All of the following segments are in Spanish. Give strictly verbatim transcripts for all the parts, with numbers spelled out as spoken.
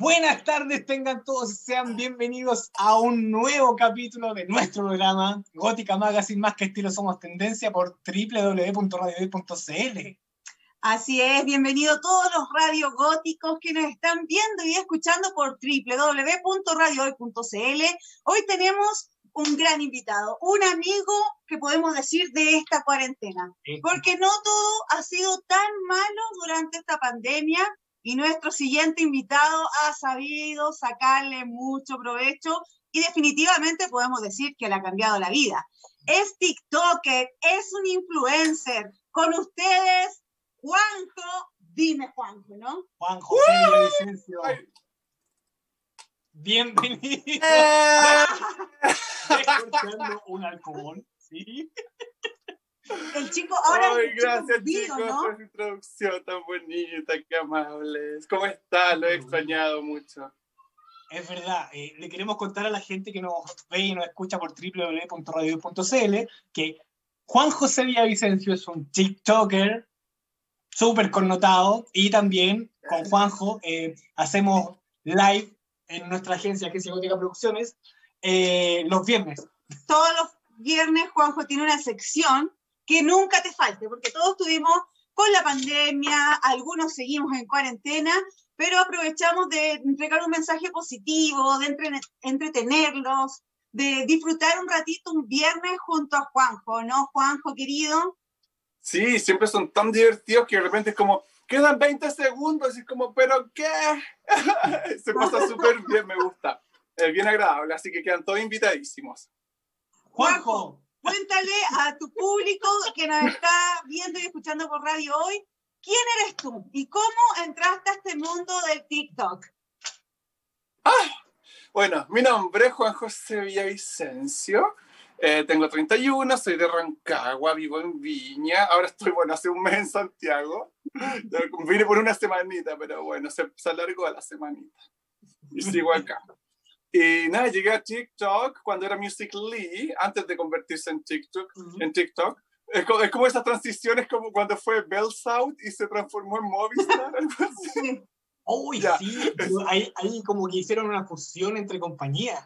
Buenas tardes, tengan todos y sean bienvenidos a un nuevo capítulo de nuestro programa Gótica Magazine, más que estilo somos tendencia, por doble u doble u doble u punto radio hoy punto c l. Así es, bienvenidos todos los radio góticos que nos están viendo y escuchando por doble u doble u doble u punto radio hoy punto c l. Hoy tenemos un gran invitado, un amigo que podemos decir de esta cuarentena, porque no todo ha sido tan malo durante esta pandemia. Y nuestro siguiente invitado ha sabido sacarle mucho provecho y definitivamente podemos decir que le ha cambiado la vida. Es TikToker, es un influencer. Con ustedes, Juanjo. Dime, Juanjo, ¿no? Juan José Villavicencio. Bienvenido. Escuchando un alcohol, ¿sí? El chico, ahora Ay, el chico gracias vivo, chicos ¿no? por su introducción tan bonita, qué amables. ¿Cómo están? Lo he extrañado mucho. Es verdad, eh, le queremos contar a la gente que nos ve y nos escucha por doble u doble u doble u punto radio hoy punto c l que Juan José Villavicencio es un TikToker súper connotado y también con Juanjo eh, hacemos live en nuestra agencia, Agencia Gótica Producciones, eh, los viernes. Todos los viernes Juanjo tiene una sección que nunca te falte, porque todos estuvimos con la pandemia, algunos seguimos en cuarentena, pero aprovechamos de entregar un mensaje positivo, de entre, entretenerlos, de disfrutar un ratito un viernes junto a Juanjo, ¿no, Juanjo, querido? Sí, siempre son tan divertidos que de repente es como, quedan veinte segundos, y es como, ¿pero qué? Se pasa súper bien, me gusta. Es bien agradable, así que quedan todos invitadísimos. Juanjo, cuéntale a tu público que nos está viendo y escuchando por radio hoy, ¿quién eres tú? ¿Y cómo entraste a este mundo del TikTok? Ah, bueno, mi nombre es Juan José Villavicencio, eh, tengo treinta y uno, soy de Rancagua, vivo en Viña, ahora estoy, bueno, hace un mes en Santiago, vine por una semanita, pero bueno, se, se alargó a la semanita y sigo acá. Y nada, llegué a TikTok cuando era Musical.ly, antes de convertirse en TikTok. Uh-huh. En TikTok. Es como, es como esas transiciones como cuando fue Bell South y se transformó en Movistar. Algo así. Uy, yeah. Sí, ahí, ahí como que hicieron una fusión entre compañías.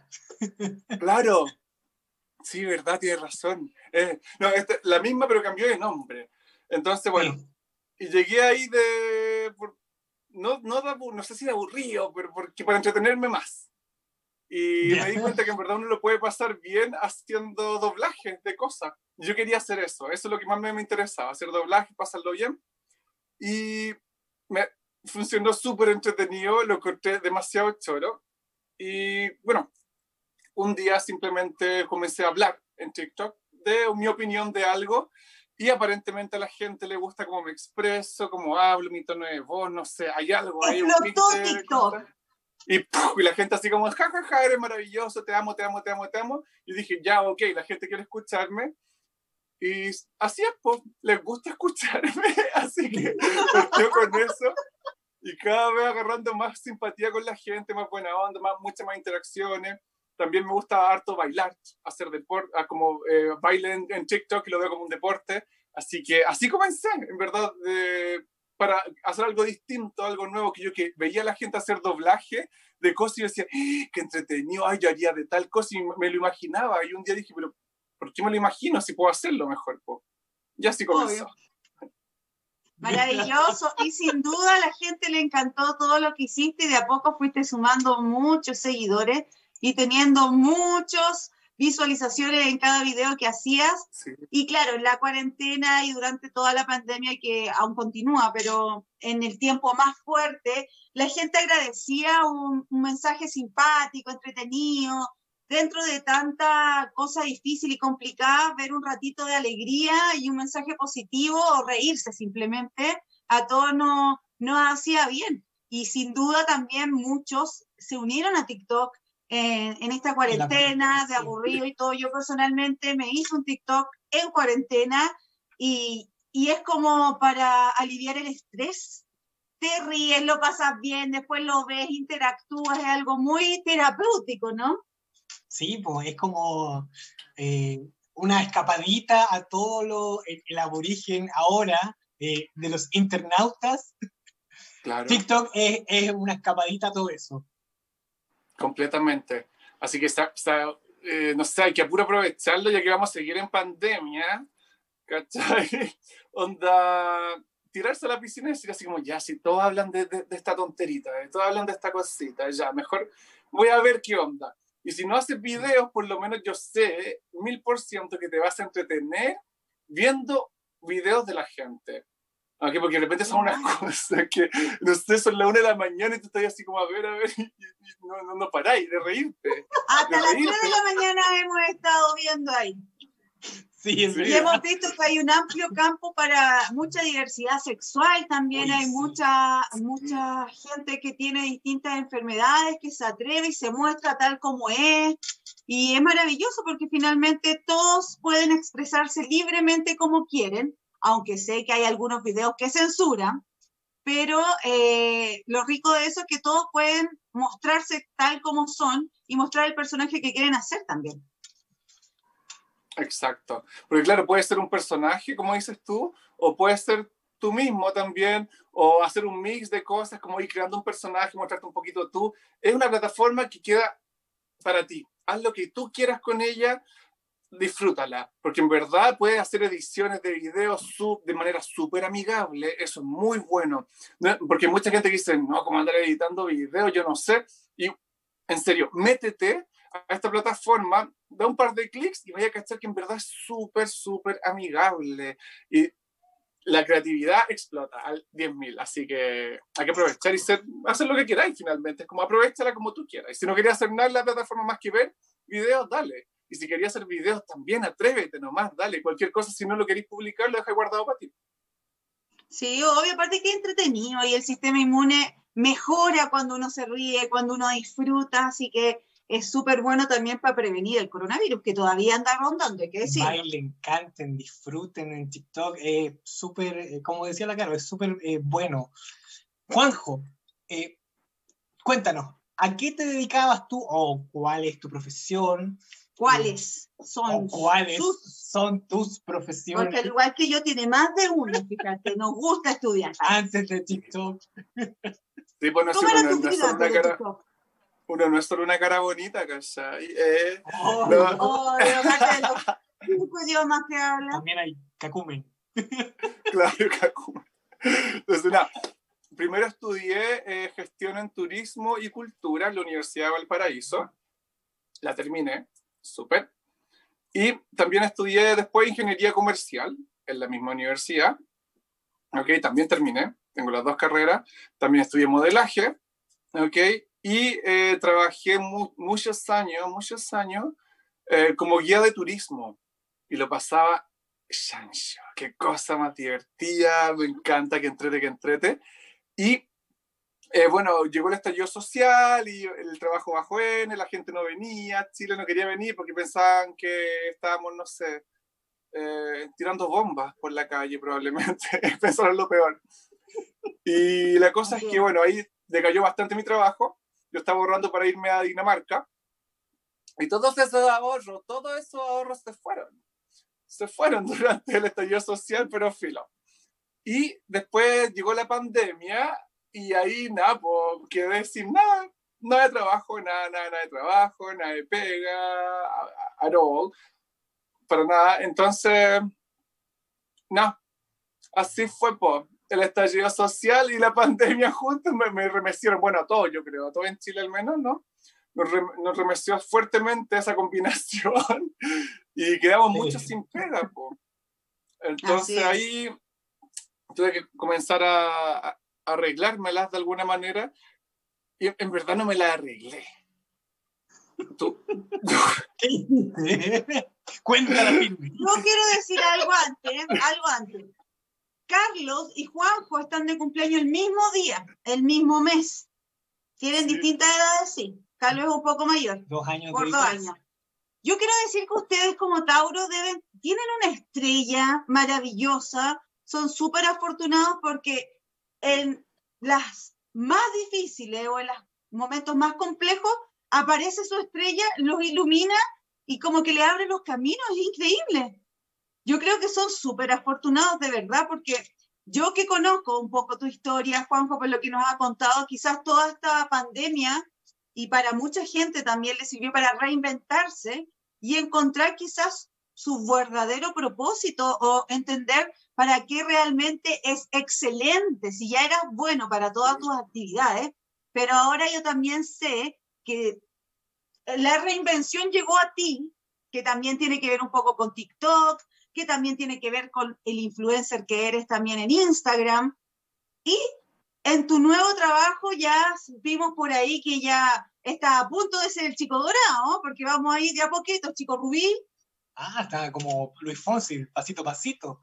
Claro. Sí, verdad, tienes razón. Eh, no, este, la misma, pero cambió de nombre. Entonces, bueno, sí. Y llegué ahí de... Por, no, no, no sé si de aburrido, pero porque para entretenerme más. Y yeah. me di cuenta que en verdad uno lo puede pasar bien haciendo doblajes de cosas. Yo quería hacer eso, eso es lo que más me, me interesaba, hacer doblajes, pasarlo bien. Y me funcionó súper entretenido, lo encontré demasiado choro. Y bueno, un día simplemente comencé a hablar en TikTok de mi opinión de algo. Y aparentemente a la gente le gusta cómo me expreso, cómo hablo, mi tono de voz, no sé, hay algo ahí. Explotó TikTok. Y, ¡puf! Y la gente así como, ja, ja, ja, eres maravilloso, te amo, te amo, te amo, te amo. Y dije, ya, ok, la gente quiere escucharme. Y así es, pues, les gusta escucharme. Así que partió con eso. Y cada vez agarrando más simpatía con la gente, más buena onda, más, muchas más interacciones. También me gusta harto bailar, hacer deporte, como eh, baile en, en TikTok y lo veo como un deporte. Así que así comencé, en verdad, eh, para hacer algo distinto, algo nuevo, que yo que veía a la gente hacer doblaje de cosas y yo decía, ¡eh, qué entretenido! Ay, yo haría de tal cosa y me lo imaginaba. Y un día dije, pero ¿por qué me lo imagino si puedo hacerlo mejor? Po? Y así comenzó. Obvio. Maravilloso. Y sin duda a la gente le encantó todo lo que hiciste y de a poco fuiste sumando muchos seguidores y teniendo muchas visualizaciones en cada video que hacías. Sí. Y claro, en la cuarentena y durante toda la pandemia, que aún continúa, pero en el tiempo más fuerte, la gente agradecía un, un mensaje simpático, entretenido. Dentro de tanta cosa difícil y complicada, ver un ratito de alegría y un mensaje positivo o reírse simplemente, a todos nos, nos hacía bien. Y sin duda también muchos se unieron a TikTok en, en esta cuarentena de aburrido y todo. Yo personalmente me hice un TikTok en cuarentena y, y es como para aliviar el estrés. Te ríes, lo pasas bien, después lo ves, interactúas, es algo muy terapéutico, ¿no? Sí, pues es como eh, una escapadita a todo lo, el, el aborigen ahora eh, de los internautas Claro. TikTok es, es una escapadita a todo eso. Completamente. Así que está, está eh, no sé, hay que apuro aprovecharlo ya que vamos a seguir en pandemia, ¿cachai? Onda, tirarse a la piscina y decir así como, ya, si todos hablan de, de, de esta tonterita, eh, todos hablan de esta cosita, ya, mejor voy a ver qué onda. Y si no haces videos, por lo menos yo sé, mil por ciento que te vas a entretener viendo videos de la gente. Okay, porque de repente son unas cosas que, no sé, son las una de la mañana y tú estás así como a ver, a ver, y, y no, no, no paráis de reírte. Hasta de las reírte. tres de la mañana hemos estado viendo ahí. Sí, es Sí. Y hemos visto que hay un amplio campo para mucha diversidad sexual, también Uy, hay sí. mucha, mucha gente que tiene distintas enfermedades, que se atreve y se muestra tal como es. Y es maravilloso porque finalmente todos pueden expresarse libremente como quieren, aunque sé que hay algunos videos que censuran, pero eh, lo rico de eso es que todos pueden mostrarse tal como son y mostrar el personaje que quieren hacer también. Exacto. Porque claro, puede ser un personaje, como dices tú, o puede ser tú mismo también, o hacer un mix de cosas, como ir creando un personaje, mostrarte un poquito tú. Es una plataforma que queda para ti. Haz lo que tú quieras con ella, disfrútala, porque en verdad puedes hacer ediciones de videos sub, de manera súper amigable, eso es muy bueno, ¿no? Porque mucha gente dice, no, ¿cómo andar editando videos? Yo no sé, y en serio, métete a esta plataforma, da un par de clics y vaya a cachar que en verdad es súper, súper amigable, y la creatividad explota al diez mil, así que hay que aprovechar y ser, hacer lo que queráis finalmente, es como aprovechala como tú quieras, y si no querías hacer nada en la plataforma más que ver videos, dale. Y si querías hacer videos también, atrévete nomás, dale. Cualquier cosa, si no lo queréis publicar, lo dejáis guardado para ti. Sí, obvio, aparte que es entretenido y el sistema inmune mejora cuando uno se ríe, cuando uno disfruta, así que es súper bueno también para prevenir el coronavirus, que todavía anda rondando, hay que decirlo. Bailen, canten, disfruten en TikTok, es eh, súper, eh, como decía la Caro, es súper eh, bueno. Juanjo, eh, cuéntanos, ¿a qué te dedicabas tú o cuál es tu profesión? ¿Cuáles son ¿Cuáles sus? son tus profesiones? Porque al igual que yo tiene más de uno, fíjate, nos gusta estudiar. Antes de TikTok. Sí, pues no, ¿Cómo uno, era no, tu no es vida solo antes una de cara, TikTok? uno no es solo una cara bonita, ¿cachai? Eh, Oh, no. Oh, aparte de los cinco idiomas que hablan. también hay cacumen. Claro, Kakuma. Entonces, nada, primero estudié eh, gestión en turismo y cultura en la Universidad de Valparaíso. La terminé, súper. Y también estudié después ingeniería comercial en la misma universidad. Ok, también terminé, tengo las dos carreras. También estudié modelaje. Ok, y eh, trabajé mu muchos años, muchos años eh, como guía de turismo. Y lo pasaba chancho. Qué cosa más divertida, me encanta, que entrete, que entrete. Y eh, bueno, llegó el estallido social y el trabajo bajó en, la gente no venía, Chile no quería venir porque pensaban que estábamos, no sé, eh, tirando bombas por la calle probablemente, pensaron lo peor. Y la cosa es que, bueno, ahí decayó bastante mi trabajo, yo estaba ahorrando para irme a Dinamarca y todos esos ahorros, todos esos ahorros se fueron, se fueron durante el estallido social, pero filo. Y después llegó la pandemia y ahí, nada, pues quedé sin nada, nada de trabajo, nada, nada, nada de trabajo, nada de pega, at all, para nada. Entonces, nada, así fue, pues, el estallido social y la pandemia juntos me, me remecieron, bueno, a todos, yo creo, a todos en Chile al menos, ¿no? Nos, re, nos remeció fuertemente esa combinación y quedamos sí. muchos sin pega, pues. Entonces ahí tuve que comenzar a, a arreglármelas de alguna manera y en verdad no me las arreglé. ¿Tú? Cuéntala, firme. Yo quiero decir algo antes, algo antes. Carlos y Juanjo están de cumpleaños el mismo día, el mismo mes. Tienen sí. distintas edades, sí. Carlos es un poco mayor. Dos años. Por dos años. Yo quiero decir que ustedes como Tauro deben, tienen una estrella maravillosa, son súper afortunados porque en las más difíciles o en los momentos más complejos aparece su estrella, los ilumina y como que le abre los caminos, es increíble. Yo creo que son súper afortunados de verdad porque yo que conozco un poco tu historia, Juanjo, por lo que nos ha contado, quizás toda esta pandemia, y para mucha gente también le sirvió para reinventarse y encontrar quizás su verdadero propósito o entender para qué realmente es excelente, si ya eras bueno para todas tus actividades, pero ahora yo también sé que la reinvención llegó a ti, que también tiene que ver un poco con TikTok, que también tiene que ver con el influencer que eres también en Instagram, y en tu nuevo trabajo ya vimos por ahí que ya está a punto de ser el chico dorado, ¿no? Porque vamos a ir de a poquito, chico rubí. Ah, está como Luis Fonsi, pasito a pasito.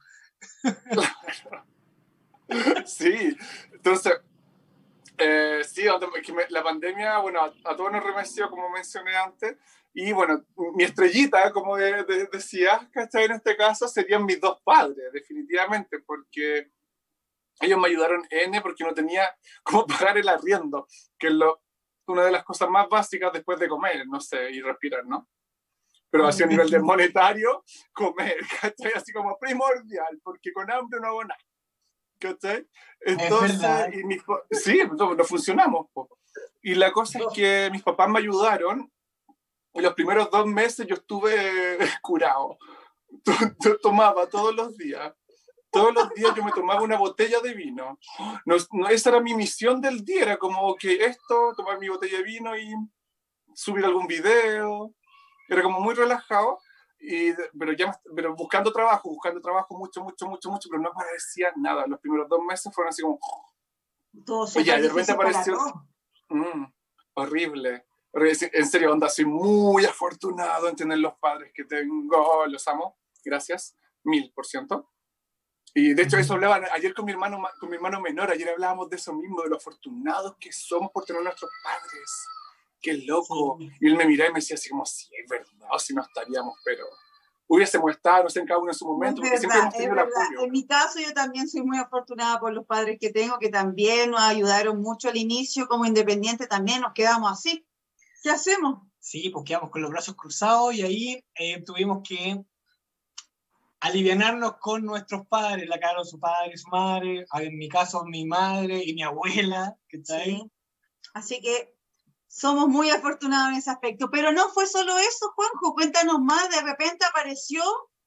Sí, entonces, eh, sí, es que me, la pandemia, bueno, a, a todos nos remeció, como mencioné antes, y bueno, mi estrellita, como de, de, decías, ¿cachai? En este caso serían mis dos padres, definitivamente, porque ellos me ayudaron N porque no tenía cómo pagar el arriendo, que es lo, una de las cosas más básicas después de comer, no sé, y respirar, ¿no? Pero así a nivel de monetario, comer, ¿cachai? Así como primordial, porque con hambre no hago nada, ¿cachai? Entonces, y mis, sí, no, no funcionamos. Po. Y la cosa es que mis papás me ayudaron, y los primeros dos meses yo estuve curado. Tomaba todos los días. Todos los días yo me tomaba una botella de vino. No, no, esa era mi misión del día, era como que esto, tomar mi botella de vino y subir algún video. Era como muy relajado, y, pero, ya, pero buscando trabajo, buscando trabajo mucho, mucho, mucho, mucho, pero no aparecía nada. Los primeros dos meses fueron así como... Todo oye, de repente apareció... Mm, horrible. En serio, onda, soy muy afortunado en tener los padres que tengo, los amo, gracias, mil por ciento. Y de hecho eso hablaba ayer con mi hermano, con mi hermano menor, ayer hablábamos de eso mismo, de lo afortunados que somos por tener nuestros padres. Qué loco. Sí. Y él me miraba y me decía así como, sí, es verdad, o si no estaríamos, pero hubiésemos estado, no sé, en cada uno en su momento, es porque verdad, siempre hemos tenido es el verdad. apoyo. En mi caso yo también soy muy afortunada por los padres que tengo, que también nos ayudaron mucho al inicio, como independiente también nos quedamos así. ¿Qué hacemos? Sí, pues quedamos con los brazos cruzados y ahí eh, tuvimos que alivianarnos con nuestros padres, la cara de su padre y su madre, en mi caso mi madre y mi abuela, que está sí. ahí. Así que somos muy afortunados en ese aspecto. Pero no fue solo eso, Juanjo, cuéntanos más, de repente apareció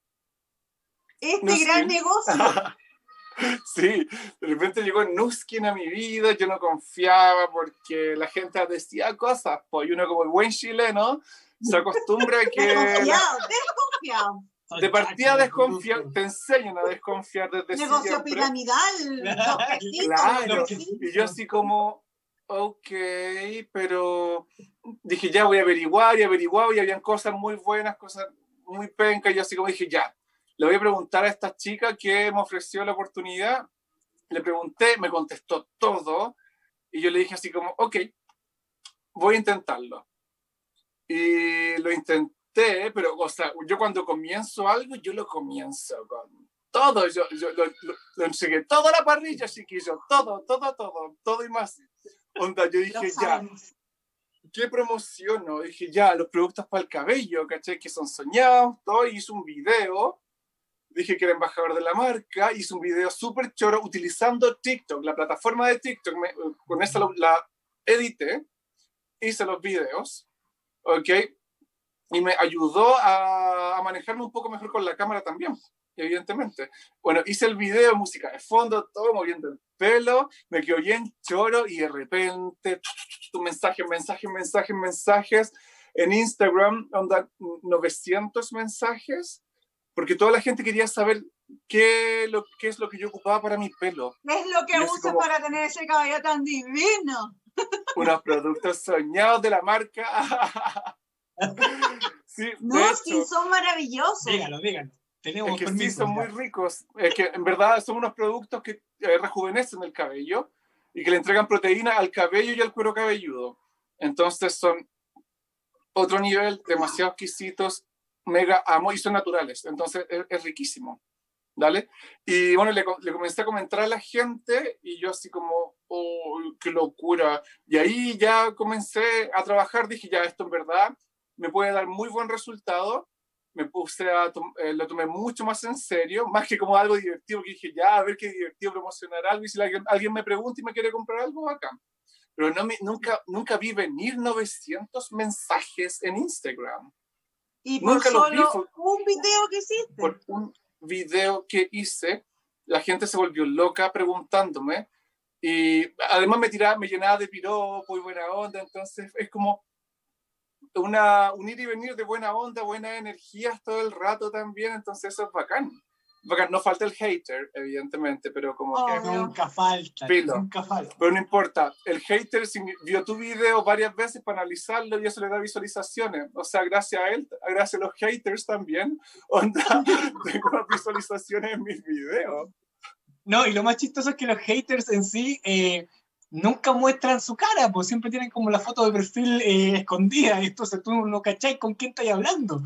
este no gran sé. negocio. Sí, de repente llegó Nuskin a mi vida, yo no confiaba porque la gente decía cosas, pues uno como el buen chileno se acostumbra a que... Desconfiado, desconfiado. De partida desconfiar, te enseñan a desconfiar desde negocio siempre. Piramidal. Los quesitos, claro, los quesitos. Y yo así como, ok, pero dije ya voy a averiguar y averiguar y habían cosas muy buenas, cosas muy pencas, y yo así como dije ya, le voy a preguntar a esta chica que me ofreció la oportunidad. Le pregunté, me contestó todo y yo le dije así como, ok, voy a intentarlo. Y lo intenté, pero o sea, yo cuando comienzo algo, yo lo comienzo con todo. Yo, yo lo, lo, lo ensegué toda la parrilla, chiquillo, todo, todo, todo, todo y más. Onda, yo dije ya, ¿qué promociono? Dije ya, los productos para el cabello, ¿cachai? Que son soñados, todo, y hice un video. Dije que era embajador de la marca, hice un video súper choro utilizando TikTok, la plataforma de TikTok, me, con esa la, la edité, hice los videos, ¿ok? Y me ayudó a, a manejarme un poco mejor con la cámara también, evidentemente. Bueno, hice el video, música de fondo, todo moviendo el pelo, me quedó bien choro y de repente, mensajes, mensajes, mensajes, mensajes, en Instagram, onda novecientos mensajes, porque toda la gente quería saber qué, lo, qué es lo que yo ocupaba para mi pelo. ¿Qué es lo que usas como, para tener ese cabello tan divino? Unos productos soñados de la marca. Sí, no, sí, son maravillosos. Dígalo, dígalo. Tenemos es que permiso, sí, son ya. muy ricos. Es que en verdad son unos productos que eh, rejuvenecen el cabello y que le entregan proteína al cabello y al cuero cabelludo. Entonces son otro nivel, demasiado exquisitos, mega amo, y son naturales, entonces es, es riquísimo, ¿vale? Y bueno, le, le comencé a comentar a la gente y yo así como, oh, qué locura, y ahí ya comencé a trabajar, dije ya, esto en verdad me puede dar muy buen resultado, me puse a, eh, lo tomé mucho más en serio, más que como algo divertido, que dije, ya, a ver qué divertido promocionar algo, y si alguien, alguien me pregunta y me quiere comprar algo, acá. Pero no me, nunca, nunca vi venir novecientos mensajes en Instagram. Y por nunca solo los vi, fue un video que hiciste. por un video que hice, la gente se volvió loca preguntándome, y además me tiraba, me llenaba de piropo y buena onda, entonces es como una, un ir y venir de buena onda, buenas energías todo el rato también, entonces eso es bacán. Bacán. No falta el hater, evidentemente, pero como Oh, que... Nunca falta, Filo. nunca falta. Pero no importa, el hater si vio tu video varias veces para analizarlo y eso le da visualizaciones. O sea, gracias a él, gracias a los haters también, onda, tengo más visualizaciones en mis videos. No, y lo más chistoso es que los haters en sí eh, nunca muestran su cara, pues siempre tienen como la foto de perfil eh, escondida, entonces tú no cachai con quién estás hablando.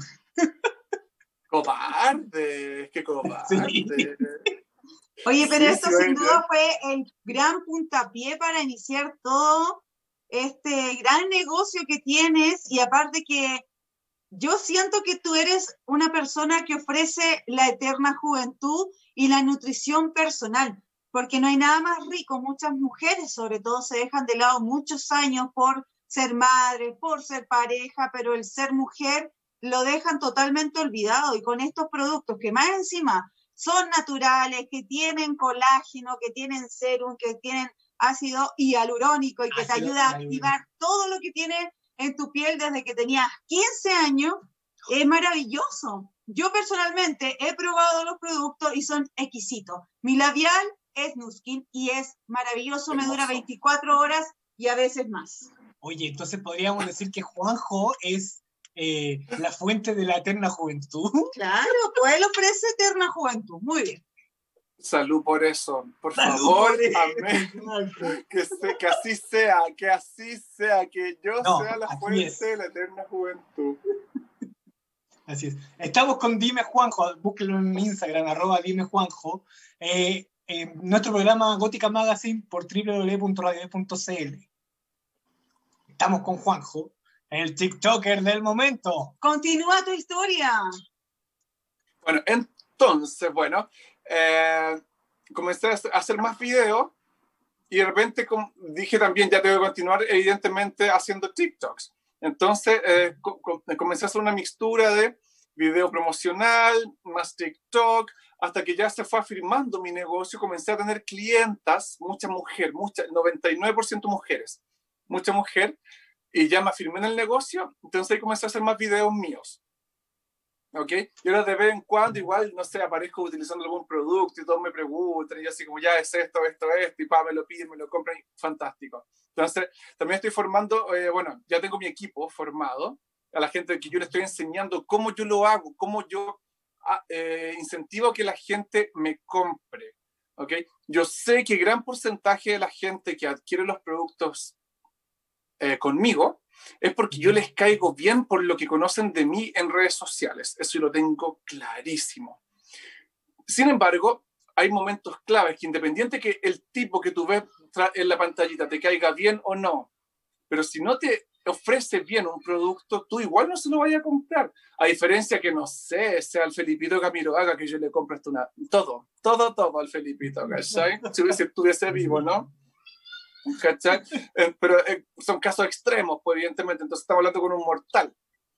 Cobarde, qué cobarde. Sí. Oye, pero Sí, esto sí, sin oye. duda fue el gran puntapié para iniciar todo este gran negocio que tienes, y aparte que yo siento que tú eres una persona que ofrece la eterna juventud y la nutrición personal, porque no hay nada más rico. Muchas mujeres, sobre todo, se dejan de lado muchos años por ser madre, por ser pareja, pero el ser mujer lo dejan totalmente olvidado, y con estos productos que más encima son naturales, que tienen colágeno, que tienen serum, que tienen ácido hialurónico y que te Ácido ayuda a hialurónico. activar todo lo que tiene en tu piel desde que tenías quince años, es maravilloso. Yo personalmente he probado los productos y son exquisitos. Mi labial es Nuskin y es maravilloso, me dura Hermoso. veinticuatro horas y a veces más. Oye, entonces podríamos decir que Juanjo es eh, la fuente de la eterna juventud. Claro, pues él ofrece eterna juventud. Muy bien. Salud por eso, por Salud favor, por eso, amén. Juanjo. Que, se, que así sea, que así sea, que yo No, sea la así fuente es. de la eterna juventud. Así es. Estamos con Dime Juanjo, búsquenlo en Instagram, arroba Dime Juanjo. Eh, eh, nuestro programa Gótica Magazine por doble u doble u doble u punto radio punto c l. Estamos con Juanjo, el TikToker del momento. Continúa tu historia. Bueno, entonces, bueno, eh, comencé a hacer más videos y de repente com- dije también, ya tengo que continuar evidentemente haciendo TikToks. Entonces eh, co- co- comencé a hacer una mixtura de video promocional, más TikTok, hasta que ya se fue afirmando mi negocio, comencé a tener clientas, mucha mujer, mucha, noventa y nueve por ciento mujeres, mucha mujer, y ya me afirmé en el negocio, entonces ahí comencé a hacer más videos míos. ¿Ok? Y ahora de vez en cuando igual, no sé, aparezco utilizando algún producto y todos me preguntan y yo así como, ya es esto, esto, esto, y pa, me lo piden, me lo compran, y fantástico. Entonces, también estoy formando, eh, bueno, ya tengo mi equipo formado, a la gente que yo le estoy enseñando cómo yo lo hago, cómo yo ah, eh, incentivo a que la gente me compre. ¿Ok? Yo sé que gran porcentaje de la gente que adquiere los productos eh, conmigo es porque yo les caigo bien por lo que conocen de mí en redes sociales. Eso lo tengo clarísimo. Sin embargo, hay momentos claves que independiente que el tipo que tú ves en la pantallita te caiga bien o no, pero si no te ofrece bien un producto, tú igual no se lo vayas a comprar. A diferencia que, no sé, sea el Felipito Camiroaga, que yo le compro hasta una... Todo, todo, todo al Felipito, ¿cachai? Si hubiese, estuviese vivo, ¿no? ¿Cachai? Eh, pero eh, son casos extremos, pues evidentemente, entonces estamos hablando con un mortal.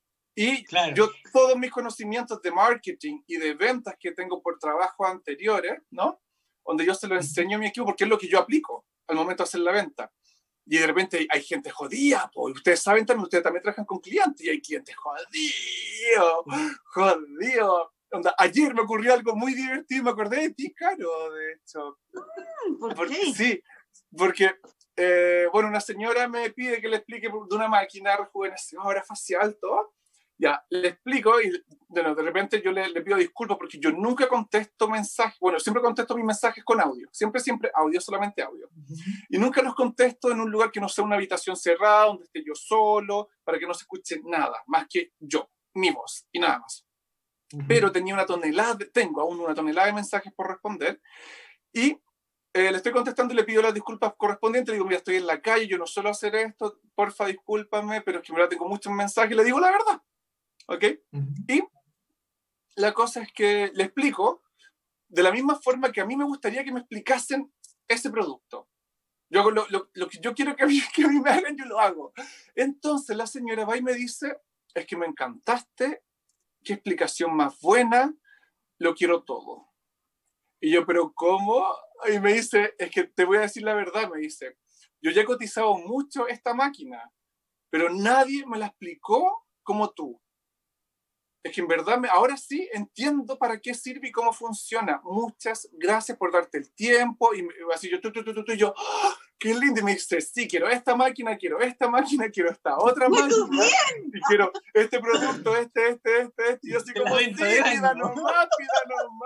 Y Claro. yo todos mis conocimientos de marketing y de ventas que tengo por trabajos anteriores, ¿no? Donde yo se lo enseño a mi equipo porque es lo que yo aplico al momento de hacer la venta. Y de repente hay, hay gente jodida, pues ustedes saben también, ustedes también trabajan con clientes y hay clientes jodidos, jodidos. Onda, ayer me ocurrió algo muy divertido, me acordé de ti, Caro, de hecho. ¿Por Porque, qué? sí, porque, eh, bueno, una señora me pide que le explique de una máquina rejuvenecedora facial, todo. Ya, le explico y, bueno, de repente yo le, le pido disculpas porque yo nunca contesto mensajes, bueno, siempre contesto mis mensajes con audio, siempre, siempre audio, solamente audio. Uh-huh. Y nunca los contesto en un lugar que no sea una habitación cerrada, donde esté yo solo, para que no se escuche nada, más que yo, mi voz, y nada más. Uh-huh. Pero tenía una tonelada, de, tengo aún una tonelada de mensajes por responder, y Eh, le estoy contestando y le pido las disculpas correspondientes. Le digo, mira, estoy en la calle, yo no suelo hacer esto, porfa, discúlpame, pero es que en verdad tengo muchos mensajes. Le digo la verdad, ¿ok? Uh-huh. Y la cosa es que le explico de la misma forma que a mí me gustaría que me explicasen ese producto. Yo hago lo, lo, lo que yo quiero que a, mí, que a mí me hagan, yo lo hago. Entonces la señora va y me dice, es que me encantaste, qué explicación más buena, lo quiero todo. Y yo, ¿pero cómo? Y me dice, es que te voy a decir la verdad, me dice, yo ya he cotizado mucho esta máquina, pero nadie me la explicó como tú. Es que en verdad me, ahora sí entiendo para qué sirve y cómo funciona. Muchas gracias por darte el tiempo. Y así yo, tú, tú, tú, tú, y yo, ¡oh, qué lindo! Y me dice, sí, quiero esta máquina, quiero esta máquina, quiero esta otra ¡Muy máquina. bien! Y quiero este producto, este, este, este, este. Y yo así como, sí, pida nomás, pida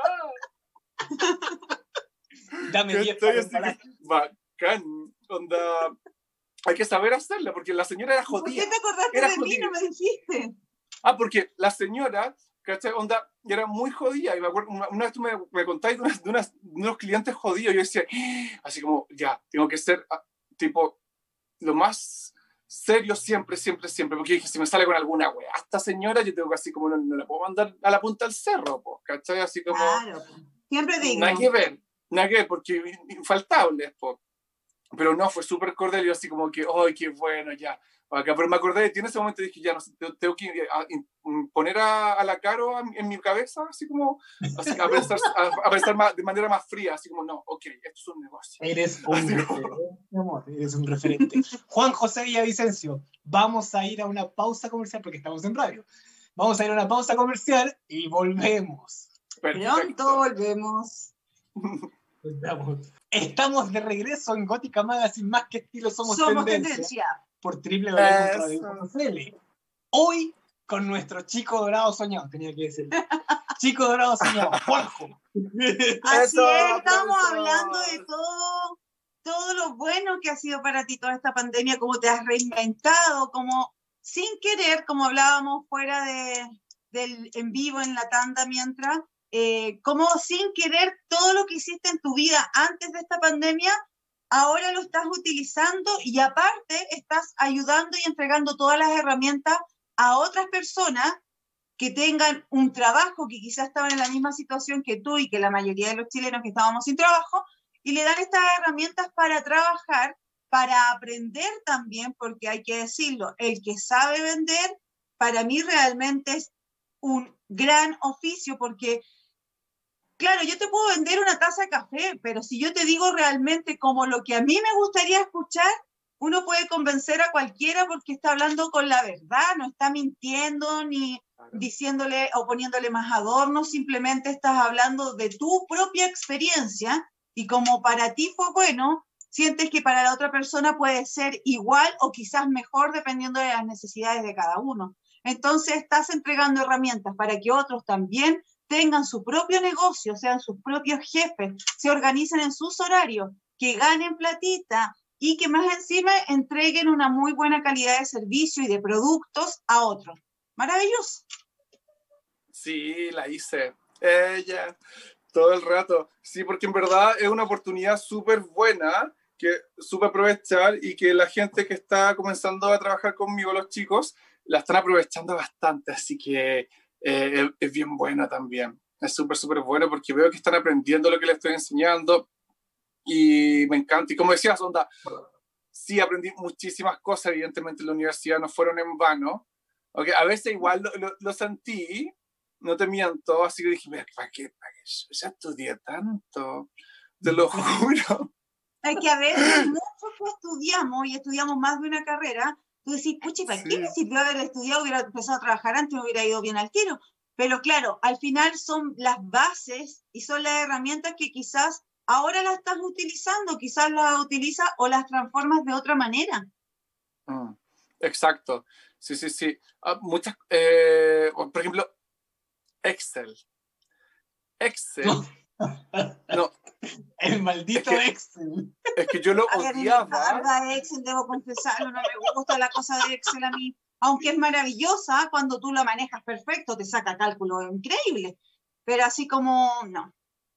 nomás. Dame diez Estoy para así que, bacán. Onda, hay que saber hacerla, porque la señora era jodida. ¿Por qué te acordaste era de jodida. mí? No me dijiste. Ah, porque la señora, ¿cachai? Onda, era muy jodida. Y me acuerdo, una, una vez tú me, me contáis de, unas, de, unas, de unos clientes jodidos. Y yo decía, así como, ya, tengo que ser, tipo, lo más serio siempre, siempre, siempre. Porque dije, si me sale con alguna wea, esta señora, yo tengo que así como, no, no la puedo mandar a la punta del cerro, po, ¿cachai? Así como, claro, siempre digno. Nada que ver, nada que ver, porque infaltables, po. Pero no, fue súper cordial. Yo así como que, ¡ay, qué bueno, ya! Acá, pero me acordé, en ese momento dije, ya, no sé, tengo que a, a, poner a, a la Caro en mi cabeza, así como, así, a, pensar, a, a pensar más, de manera más fría, así como, no, ok, esto es un negocio. Eres un así referente, como... amor, eres un referente. Juan José Villavicencio, vamos a ir a una pausa comercial, porque estamos en radio. Vamos a ir a una pausa comercial y volvemos. Perfecto. Pronto volvemos. Estamos, estamos de regreso en Gótica Magazine, más que estilo somos, somos tendencia, tendencia. Por doble u doble u doble u punto radio punto c l. Hoy con nuestro chico dorado soñado, tenía que decir. Chico dorado soñado, Juanjo. Así es, estamos hablando de todo, todo lo bueno que ha sido para ti toda esta pandemia, cómo te has reinventado, cómo sin querer, como hablábamos fuera de, del en vivo en la tanda mientras, eh, cómo sin querer todo lo que hiciste en tu vida antes de esta pandemia, ahora lo estás utilizando y aparte estás ayudando y entregando todas las herramientas a otras personas que tengan un trabajo, que quizás estaban en la misma situación que tú y que la mayoría de los chilenos que estábamos sin trabajo, y le dan estas herramientas para trabajar, para aprender también, porque hay que decirlo, el que sabe vender, para mí realmente es un gran oficio, porque claro, yo te puedo vender una taza de café, pero si yo te digo realmente como lo que a mí me gustaría escuchar, uno puede convencer a cualquiera porque está hablando con la verdad, no está mintiendo ni claro. diciéndole o poniéndole más adornos, simplemente estás hablando de tu propia experiencia y como para ti fue bueno, sientes que para la otra persona puede ser igual o quizás mejor dependiendo de las necesidades de cada uno. Entonces estás entregando herramientas para que otros también tengan su propio negocio, sean sus propios jefes, se organicen en sus horarios, que ganen platita y que más encima entreguen una muy buena calidad de servicio y de productos a otros. Maravilloso. Sí, la hice. Ella, todo el rato. Sí, porque en verdad es una oportunidad súper buena que supe aprovechar y que la gente que está comenzando a trabajar conmigo, los chicos, la están aprovechando bastante, así que eh, es bien buena también. Es súper, súper bueno porque veo que están aprendiendo lo que les estoy enseñando y me encanta. Y como decías, onda, sí aprendí muchísimas cosas, evidentemente en la universidad no fueron en vano. Okay, a veces igual lo, lo, lo sentí, no te miento, así que dije, ¿para qué? ¿Para qué? Yo ya estudié tanto, te lo juro. Es que a veces muchos que estudiamos y estudiamos más de una carrera, tú decís, pucha, ¿para sí. qué me sirvió haber estudiado? Hubiera empezado a trabajar antes, me hubiera ido bien al tiro. Pero claro, al final son las bases y son las herramientas que quizás ahora las estás utilizando, quizás las utilizas o las transformas de otra manera. Mm, exacto. Sí, sí, sí. Uh, muchas, eh, por ejemplo, Excel. Excel. No. El maldito es que, Excel. Es que yo lo a odiaba. Ver, me Excel, debo confesarlo, no me gusta la cosa de Excel a mí. Aunque es maravillosa, cuando tú la manejas perfecto, te saca cálculos increíbles. Pero así como, no.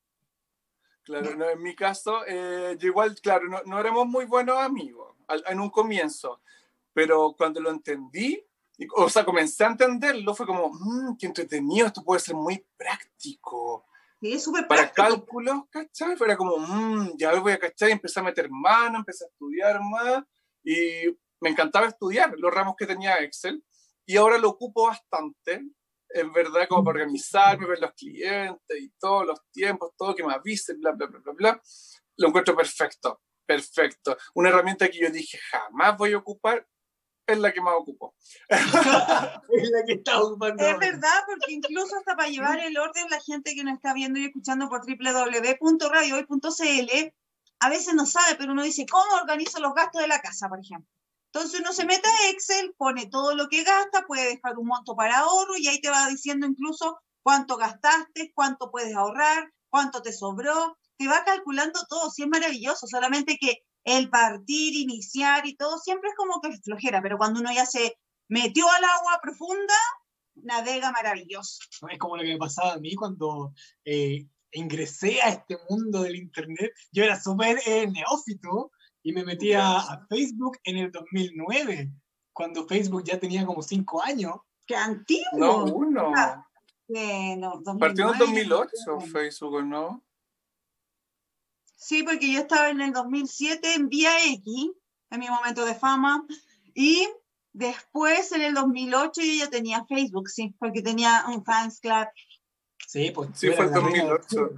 Claro, no, en mi caso, eh, yo igual, claro, no, no éramos muy buenos amigos al, en un comienzo. Pero cuando lo entendí, Y, o sea, comencé a entenderlo, fue como, mmm, qué entretenido, esto puede ser muy práctico. Sí, es súper Para práctico. cálculos, ¿cachai? Era como, mmm, ya voy a cachar y empecé a meter mano, empecé a estudiar más y me encantaba estudiar los ramos que tenía Excel y ahora lo ocupo bastante, en verdad, como para organizarme, ver los clientes y todos los tiempos, todo que me avisen, bla, bla, bla, bla, bla. Lo encuentro perfecto, perfecto. Una herramienta que yo dije jamás voy a ocupar es la que más ocupo. Es la que está ocupando. Es verdad, porque incluso hasta para llevar el orden, la gente que nos está viendo y escuchando por doble u doble u doble u punto radio hoy punto c l, a veces no sabe, pero uno dice, ¿cómo organizo los gastos de la casa, por ejemplo? Entonces uno se mete a Excel, pone todo lo que gasta, puede dejar un monto para ahorro y ahí te va diciendo incluso cuánto gastaste, cuánto puedes ahorrar, cuánto te sobró, te va calculando todo, sí es maravilloso, solamente que el partir, iniciar y todo siempre es como que es flojera, pero cuando uno ya se metió al agua profunda, navega maravilloso. Es como lo que me pasaba a mí cuando eh, ingresé a este mundo del internet. Yo era súper eh, neófito y me metí a, a Facebook en el dos mil nueve, cuando Facebook ya tenía como cinco años. ¡Qué antiguo! No, uno. Ah, eh, no, Partió en el dos mil ocho Facebook, ¿no? Sí, porque yo estaba en el dos mil siete en Vía X, en mi momento de fama, y después en el dos mil ocho yo ya tenía Facebook, sí, porque tenía un fans club. Sí, pues sí, fue el dos mil ocho.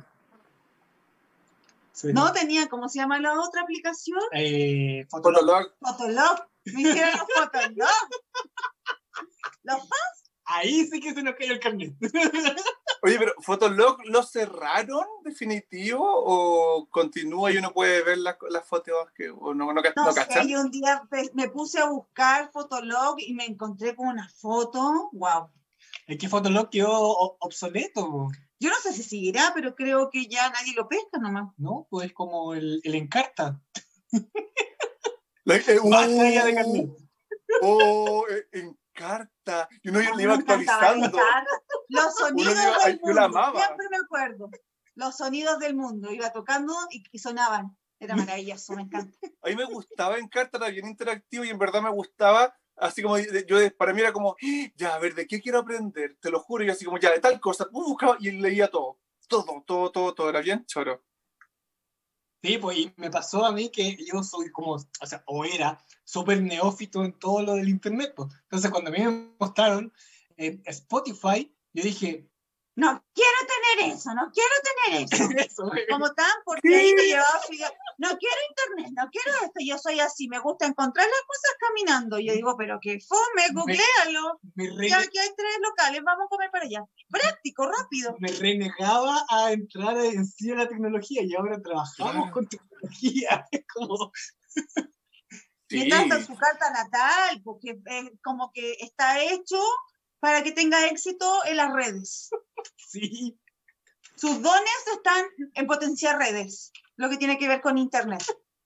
Sí. No tenía, ¿cómo se llama la otra aplicación? Eh, Fotolog. Fotolog. Me hicieron los Fotolog. ¿Los fans? Ahí sí que se nos cayó el carnet. Oye, pero ¿Fotolog lo cerraron definitivo o continúa y uno puede ver las, las fotos que o no, no, no, No, no sé, cachan? yo un día me puse a buscar Fotolog y me encontré con una foto. Wow. Es que Fotolog quedó obsoleto. Yo no sé si seguirá, pero creo que ya nadie lo pesca nomás. No, pues es como el, el Encarta. La, eh, uh, Baja ya de carnet. Oh, eh, Encarta. Y uno No, le iba me encantaba actualizando. Encarta. Los sonidos Uno iba, del ay, mundo. yo la amaba. Siempre me acuerdo. Los sonidos del mundo. Iba tocando y, y sonaban. Era maravilloso, me encanta. A mí me gustaba Encarta, era bien interactivo y en verdad me gustaba. Así como yo, para mí era como, ya, a ver, ¿de qué quiero aprender? Te lo juro. Y así como, ya, de tal cosa. Buscaba y leía todo. Todo, todo, todo, todo. Era bien choro. Sí, pues y me pasó a mí que yo soy como, o sea, o era súper neófito en todo lo del internet. Pues. Entonces, cuando a mí me mostraron eh, Spotify, yo dije, no quiero tener eso, no quiero tener eso. eso como tan, porque ahí te llevaba su idea. No quiero internet, no quiero esto, yo soy así, me gusta encontrar las cosas caminando. Yo digo, pero qué fome, googlealo. Ya que hay tres locales, vamos a comer para allá. Práctico, rápido. Me renegaba a entrar en sí a la tecnología y ahora trabajamos ah. con tecnología. Como... Y sí. Hasta su carta natal, porque es como que está hecho para que tenga éxito en las redes. Sí. Sus dones están en potenciar redes, lo que tiene que ver con internet.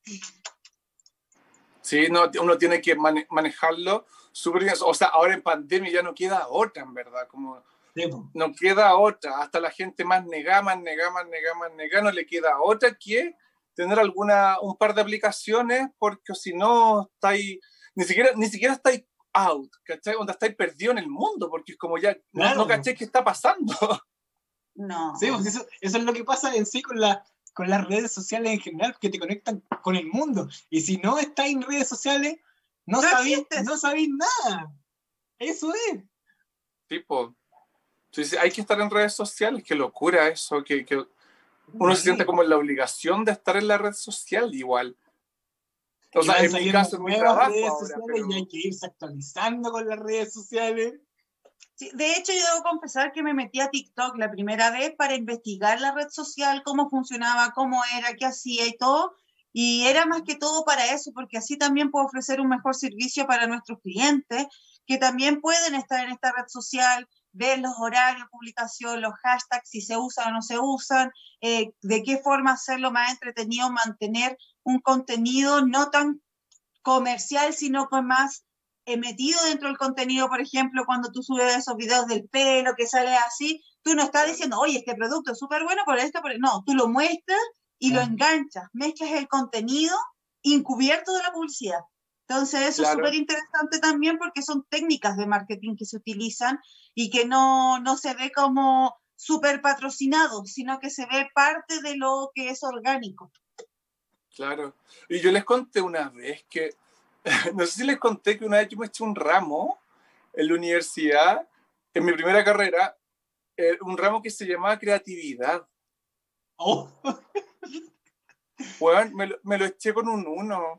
Sí, no, uno tiene que mane manejarlo súper bien. O sea, ahora en pandemia ya no queda otra, en verdad. Como sí. No queda otra. Hasta la gente más negada, más negada, más negada, más negada, no le queda otra que tener alguna, un par de aplicaciones, porque si no, estáis, ni siquiera, ni siquiera estáis out, ¿cachai? Donde estáis perdido en el mundo, porque es como ya, claro. no, no cacháis qué está pasando. No. Sí, pues eso, eso es lo que pasa en sí con, la, con las redes sociales en general, que te conectan con el mundo. Y si no estáis en redes sociales, no, no sabéis no sabéis nada. Eso es. Tipo, entonces hay que estar en redes sociales, qué locura eso, que, que uno sí. se siente como en la obligación de estar en la red social igual. O sea, en mi caso, en mi trabajo redes ahora, sociales pero... y hay que irse actualizando con las redes sociales. Sí, de hecho, yo debo confesar que me metí a TikTok la primera vez para investigar la red social, cómo funcionaba, cómo era, qué hacía y todo. Y era más que todo para eso, porque así también puedo ofrecer un mejor servicio para nuestros clientes, que también pueden estar en esta red social, ver los horarios, publicación, los hashtags, si se usan o no se usan, eh, de qué forma hacerlo más entretenido, mantener un contenido no tan comercial, sino con más eh, metido dentro del contenido. Por ejemplo, cuando tú subes esos videos del pelo que sale así, tú no estás diciendo, oye, este producto es súper bueno por esto, pero no, tú lo muestras y claro. lo enganchas, mezclas el contenido encubierto de la publicidad. Entonces eso Claro. es súper interesante también porque son técnicas de marketing que se utilizan y que no, no se ve como súper patrocinado, sino que se ve parte de lo que es orgánico. Claro. Y yo les conté una vez que, no sé si les conté que una vez yo me eché un ramo en la universidad, en mi primera carrera, eh, un ramo que se llamaba creatividad. Oh, Bueno, me, lo, me lo eché con un uno.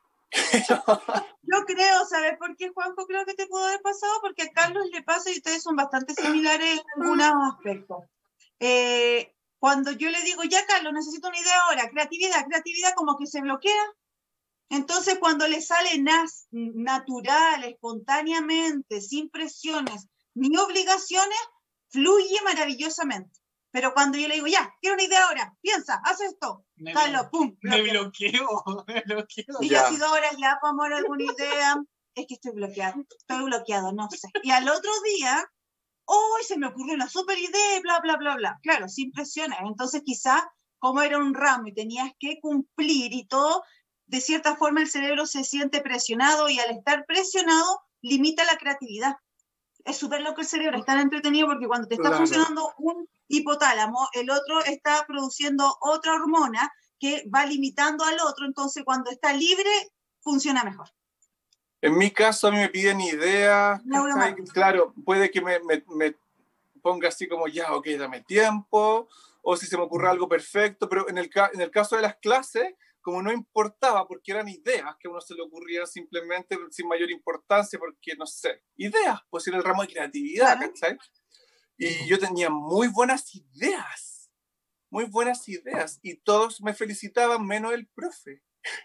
Yo creo, ¿sabes por qué, Juanjo? Creo que te pudo haber pasado porque a Carlos le pasa y ustedes son bastante similares en algunos aspectos. Eh, cuando yo le digo, ya Carlos, necesito una idea ahora, creatividad, creatividad, como que se bloquea. Entonces, cuando le sale nas, natural, espontáneamente, sin presiones ni obligaciones, fluye maravillosamente. Pero cuando yo le digo, ya, quiero una idea ahora, piensa, haz esto, me, Carlos, pum, me bloqueo. bloqueo, me bloqueo. Y yo Ya. así dos horas, ya, por amor, alguna idea, es que estoy bloqueado, estoy bloqueado, no sé. Y al otro día, ¡oh! Se me ocurrió una súper idea, bla, bla, bla, bla. Claro, sin presiones. Entonces, quizás, como era un ramo y tenías que cumplir y todo, de cierta forma el cerebro se siente presionado y al estar presionado, limita la creatividad. Es súper loco el cerebro, es tan entretenido porque cuando te está Claro. funcionando un hipotálamo, el otro está produciendo otra hormona que va limitando al otro, entonces cuando está libre, funciona mejor. En mi caso, a mí me piden ideas, ¿cachai? Neuromarketing. Claro, puede que me, me, me ponga así como, ya, ok, dame tiempo, o si se me ocurre algo perfecto, pero en el, ca en el caso de las clases, como no importaba, porque eran ideas que a uno se le ocurrían simplemente sin mayor importancia, porque, no sé, ideas, pues era el ramo de creatividad, Claro. ¿cachai? Y yo tenía muy buenas ideas, muy buenas ideas, y todos me felicitaban, menos el profe.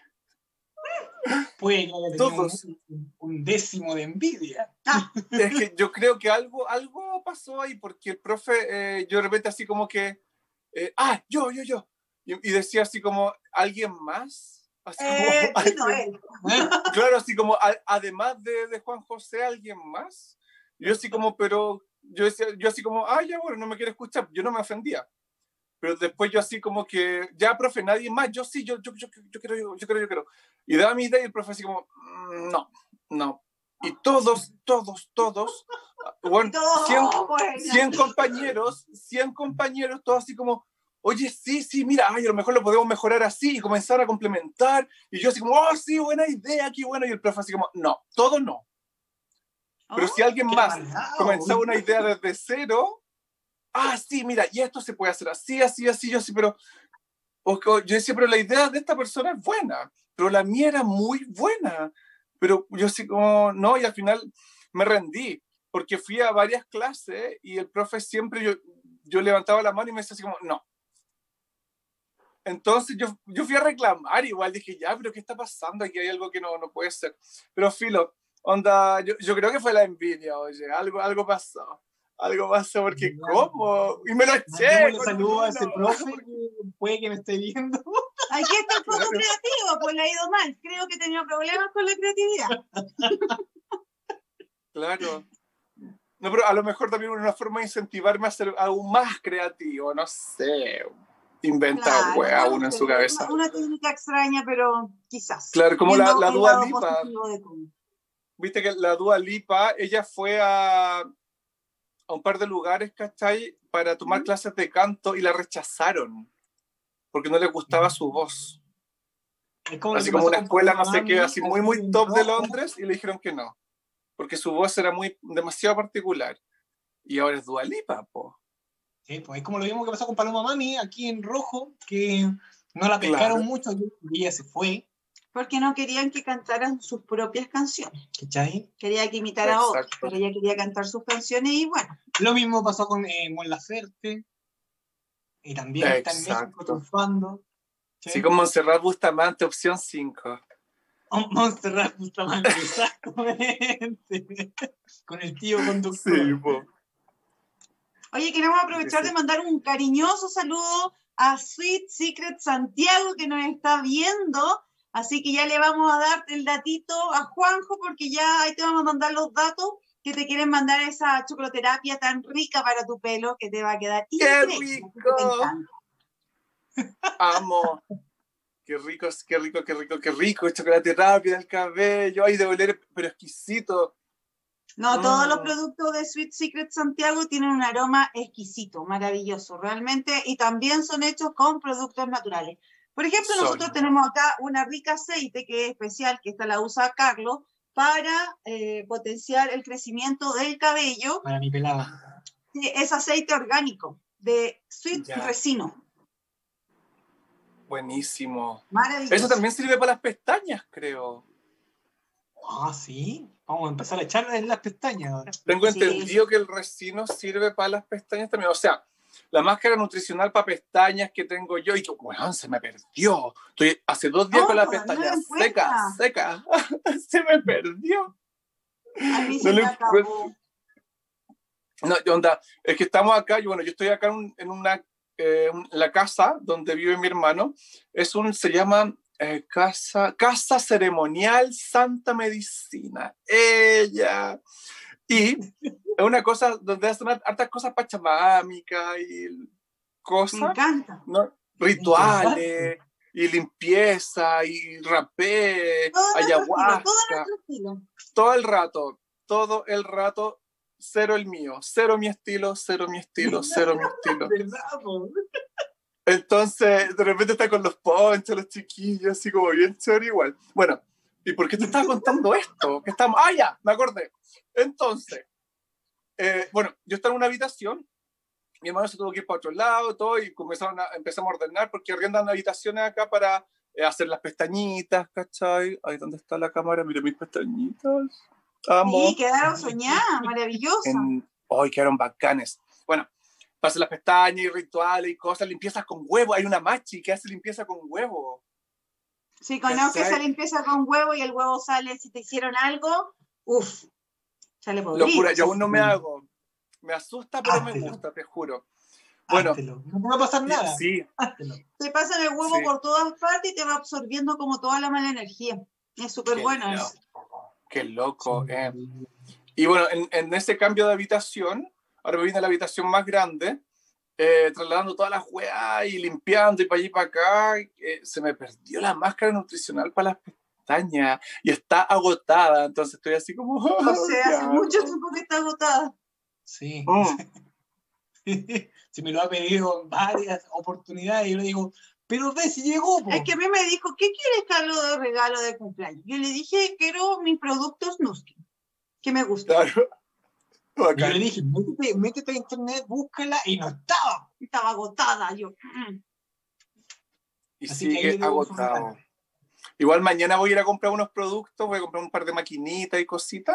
Puede que haya tenido Todos. un, un décimo de envidia. Es que yo creo que algo, algo pasó ahí, porque el profe, eh, yo de repente así como que, eh, ah, yo, yo, yo, y, y decía así como, ¿alguien más? Así como, Eh, sí, no, ¿alguien? él. Claro, así como, a, además de, de Juan José, ¿alguien más? Y yo así como, pero, yo, decía, yo así como, ah, ya, bueno, no me quiere escuchar, yo no me ofendía. Pero después yo así como que, ya, profe, nadie más, yo sí, yo, yo, yo, yo quiero, yo, yo quiero, yo quiero. Y daba mi idea y el profe así como, mm, no, no. Y todos, todos, todos, bueno, cien, cien compañeros, cien compañeros, todos así como, oye, sí, sí, mira, ay, a lo mejor lo podemos mejorar así y comenzar a complementar. Y yo así como, oh, sí, buena idea, qué bueno. Y el profe así como, no, todo no. Pero si alguien Qué más amargado. comenzaba una idea desde cero, ah, sí, mira, y esto se puede hacer así, así, así, yo sí, pero o, o, yo decía, pero la idea de esta persona es buena, pero la mía era muy buena. Pero yo sí como, no, y al final me rendí, porque fui a varias clases y el profe siempre, yo, yo levantaba la mano y me decía así como, no. Entonces yo, yo fui a reclamar, igual dije, ya, pero ¿qué está pasando? Aquí hay algo que no, no puede ser. Pero filo, onda, yo, yo creo que fue la envidia, oye, algo, algo pasó. Algo pasó, porque ¿cómo? Y me lo eché. Mandémosle saludos a ese profe que puede que me esté viendo. Aquí está el fondo creativo, pues le ha ido mal. Creo que tenía problemas con la creatividad. Claro. No, pero a lo mejor también una forma de incentivarme a ser aún más creativo, no sé. Inventa Claro, wea no uno en sé, su cabeza. una, una técnica extraña, pero quizás. Claro, como la, Viendo la el Dua lado Lipa. positivo de todo. Viste que la Dua Lipa, ella fue a, a un par de lugares, ¿cachai? Para tomar ¿Mm? clases de canto y la rechazaron. Porque no le gustaba su voz. Es como Así lo que como pasó una con escuela, no Paloma sé qué, Mami, así muy, aquí muy en top de Rojo. Londres, y le dijeron que no. Porque su voz era muy, demasiado particular. Y ahora es Dua Lipa, po. Sí, pues es como lo mismo que pasó con Paloma Mami aquí en Rojo, que no la pescaron Claro. mucho y ella se fue. Porque no querían que cantaran sus propias canciones. ¿Cachai? Quería que imitara a otros, Exacto. pero ella quería cantar sus canciones y bueno. Lo mismo pasó con eh, Mon Laferte. Y también está en México Exacto. triunfando. ¿Sí? Sí, con Montserrat Bustamante, opción cinco. Oh, Montserrat Bustamante, exactamente. Con el tío conductor. Sí, po. Oye, queremos aprovechar Sí, sí. de mandar un cariñoso saludo a Sweet Secret Santiago que nos está viendo. Así que ya le vamos a dar el datito a Juanjo porque ya ahí te vamos a mandar los datos que te quieren mandar esa chocolaterapia tan rica para tu pelo que te va a quedar ¡Qué increíble. rico! Te encanta. Amo. qué rico, qué rico, qué rico, qué rico, chocolate rápido en el cabello, ay, de oler, pero exquisito. No, Mm. todos los productos de Sweet Secret Santiago tienen un aroma exquisito, maravilloso, realmente, y también son hechos con productos naturales. Por ejemplo, Son. nosotros tenemos acá una rica aceite que es especial, que esta la usa Carlos, para eh, potenciar el crecimiento del cabello. Para mi pelada. Es aceite orgánico de Sweet Ya. Resino. Buenísimo. Maravilloso. Eso también sirve para las pestañas, creo. Ah, sí. Vamos a empezar a echarle en las pestañas ahora. Tengo Sí. entendido que el resino sirve para las pestañas también. O sea, la máscara nutricional para pestañas que tengo yo, y que, bueno, se me perdió. Estoy hace dos días Oh, con las todavía pestañas la encuentra. secas, secas. Se me perdió. A mí No se le me acabó. No, yo, onda, es que estamos acá, y bueno, yo estoy acá en, en una, eh, un- la casa donde vive mi hermano. Es un, se llama eh, casa, casa Ceremonial Santa Medicina. Ella. Y es una cosa donde hacen hartas cosas pachamámicas y Me cosas, encanta. ¿no? Rituales y limpieza y rapé, Todo nuestro estilo, todo ayahuasca, nuestro estilo. todo el rato, todo el rato, cero el mío, cero mi estilo, cero mi estilo, cero mi estilo. ¿Verdad, po? Entonces, de repente está con los ponchos, los chiquillos, así como bien chévere igual. Bueno, ¿y por qué te estaba contando esto? Que estamos... ¡Ah, ya! Me acordé. Entonces, eh, bueno, yo estaba en una habitación, mi hermano se tuvo que ir para otro lado, todo, y comenzaron a, empezamos a ordenar, porque arriendan habitaciones acá para eh, hacer las pestañitas, ¿cachai? Ahí, ¿dónde está la cámara? Mira mis pestañitas. Amo. Sí, quedaron soñadas, maravillosas. En... ¡Ay, quedaron bacanes! Bueno, pasan las pestañas y rituales y cosas, limpiezas con huevo. Hay una machi que hace limpieza con huevo. Si conozco ¿Cachai? esa limpieza con huevo y el huevo sale, si te hicieron algo, uff, sale podrido. Locura, yo aún no me hago. Me asusta, pero Háztelo. me gusta, te juro. Bueno, Háztelo. No te va a pasar nada. sí, Háztelo. Te pasan el huevo Sí. por todas partes y te va absorbiendo como toda la mala energía. Es súper Qué bueno loco. eso. Qué loco. Eh. Y bueno, en, en ese cambio de habitación, ahora me vine a la habitación más grande, eh, trasladando todas las weas y limpiando y para allí y para acá, eh, se me perdió la máscara nutricional para las pestañas y está agotada, entonces estoy así como... O sea, hace ya. mucho tiempo que está agotada. Sí. Mm. Si me lo ha pedido en varias oportunidades, yo le digo, pero ve si llegó, po. Es que a mí me dijo, ¿qué quieres, Carlos, de regalo de cumpleaños? Yo le dije, quiero mis productos Nuskin, que me gustan. Claro. Y yo Bacán. le dije, métete, métete a internet, búscala, y no estaba. Estaba agotada. Yo, mm. Y Así que ahí sigue le debo su agotado. regalo. Igual mañana voy a ir a comprar unos productos, voy a comprar un par de maquinitas y cositas.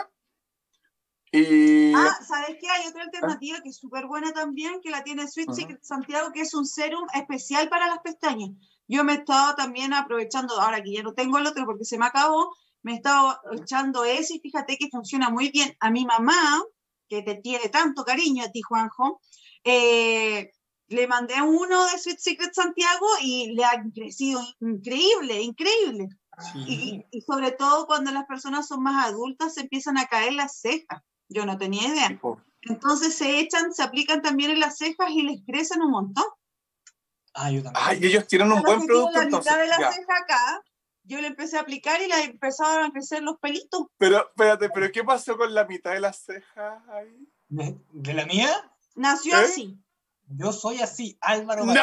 Y... Ah, ¿sabes qué? Hay otra alternativa que es súper buena también, que la tiene Sweet Ujú. Secret Santiago, que es un serum especial para las pestañas. Yo me estaba también aprovechando, ahora que ya no tengo el otro porque se me acabó, me estaba echando ese y fíjate que funciona muy bien. A mi mamá, que te tiene tanto cariño a ti, Juanjo, eh, le mandé uno de Sweet Secret Santiago y le ha crecido increíble, increíble. Sí. Y, y sobre todo cuando las personas son más adultas se empiezan a caer las cejas. Yo no tenía idea. Tipo, Entonces se echan, se aplican también en las cejas y les crecen un montón. Ah, yo también. ay, ellos tienen un Yo buen que producto tiene la entonces. mitad de la Ya. ceja acá, yo le empecé a aplicar y le empezaron a crecer los pelitos. Pero, espérate, ¿pero qué pasó con la mitad de las cejas ahí? ¿De, de la mía? Nació ¿Eh? así. Yo soy así, Álvaro Mateo.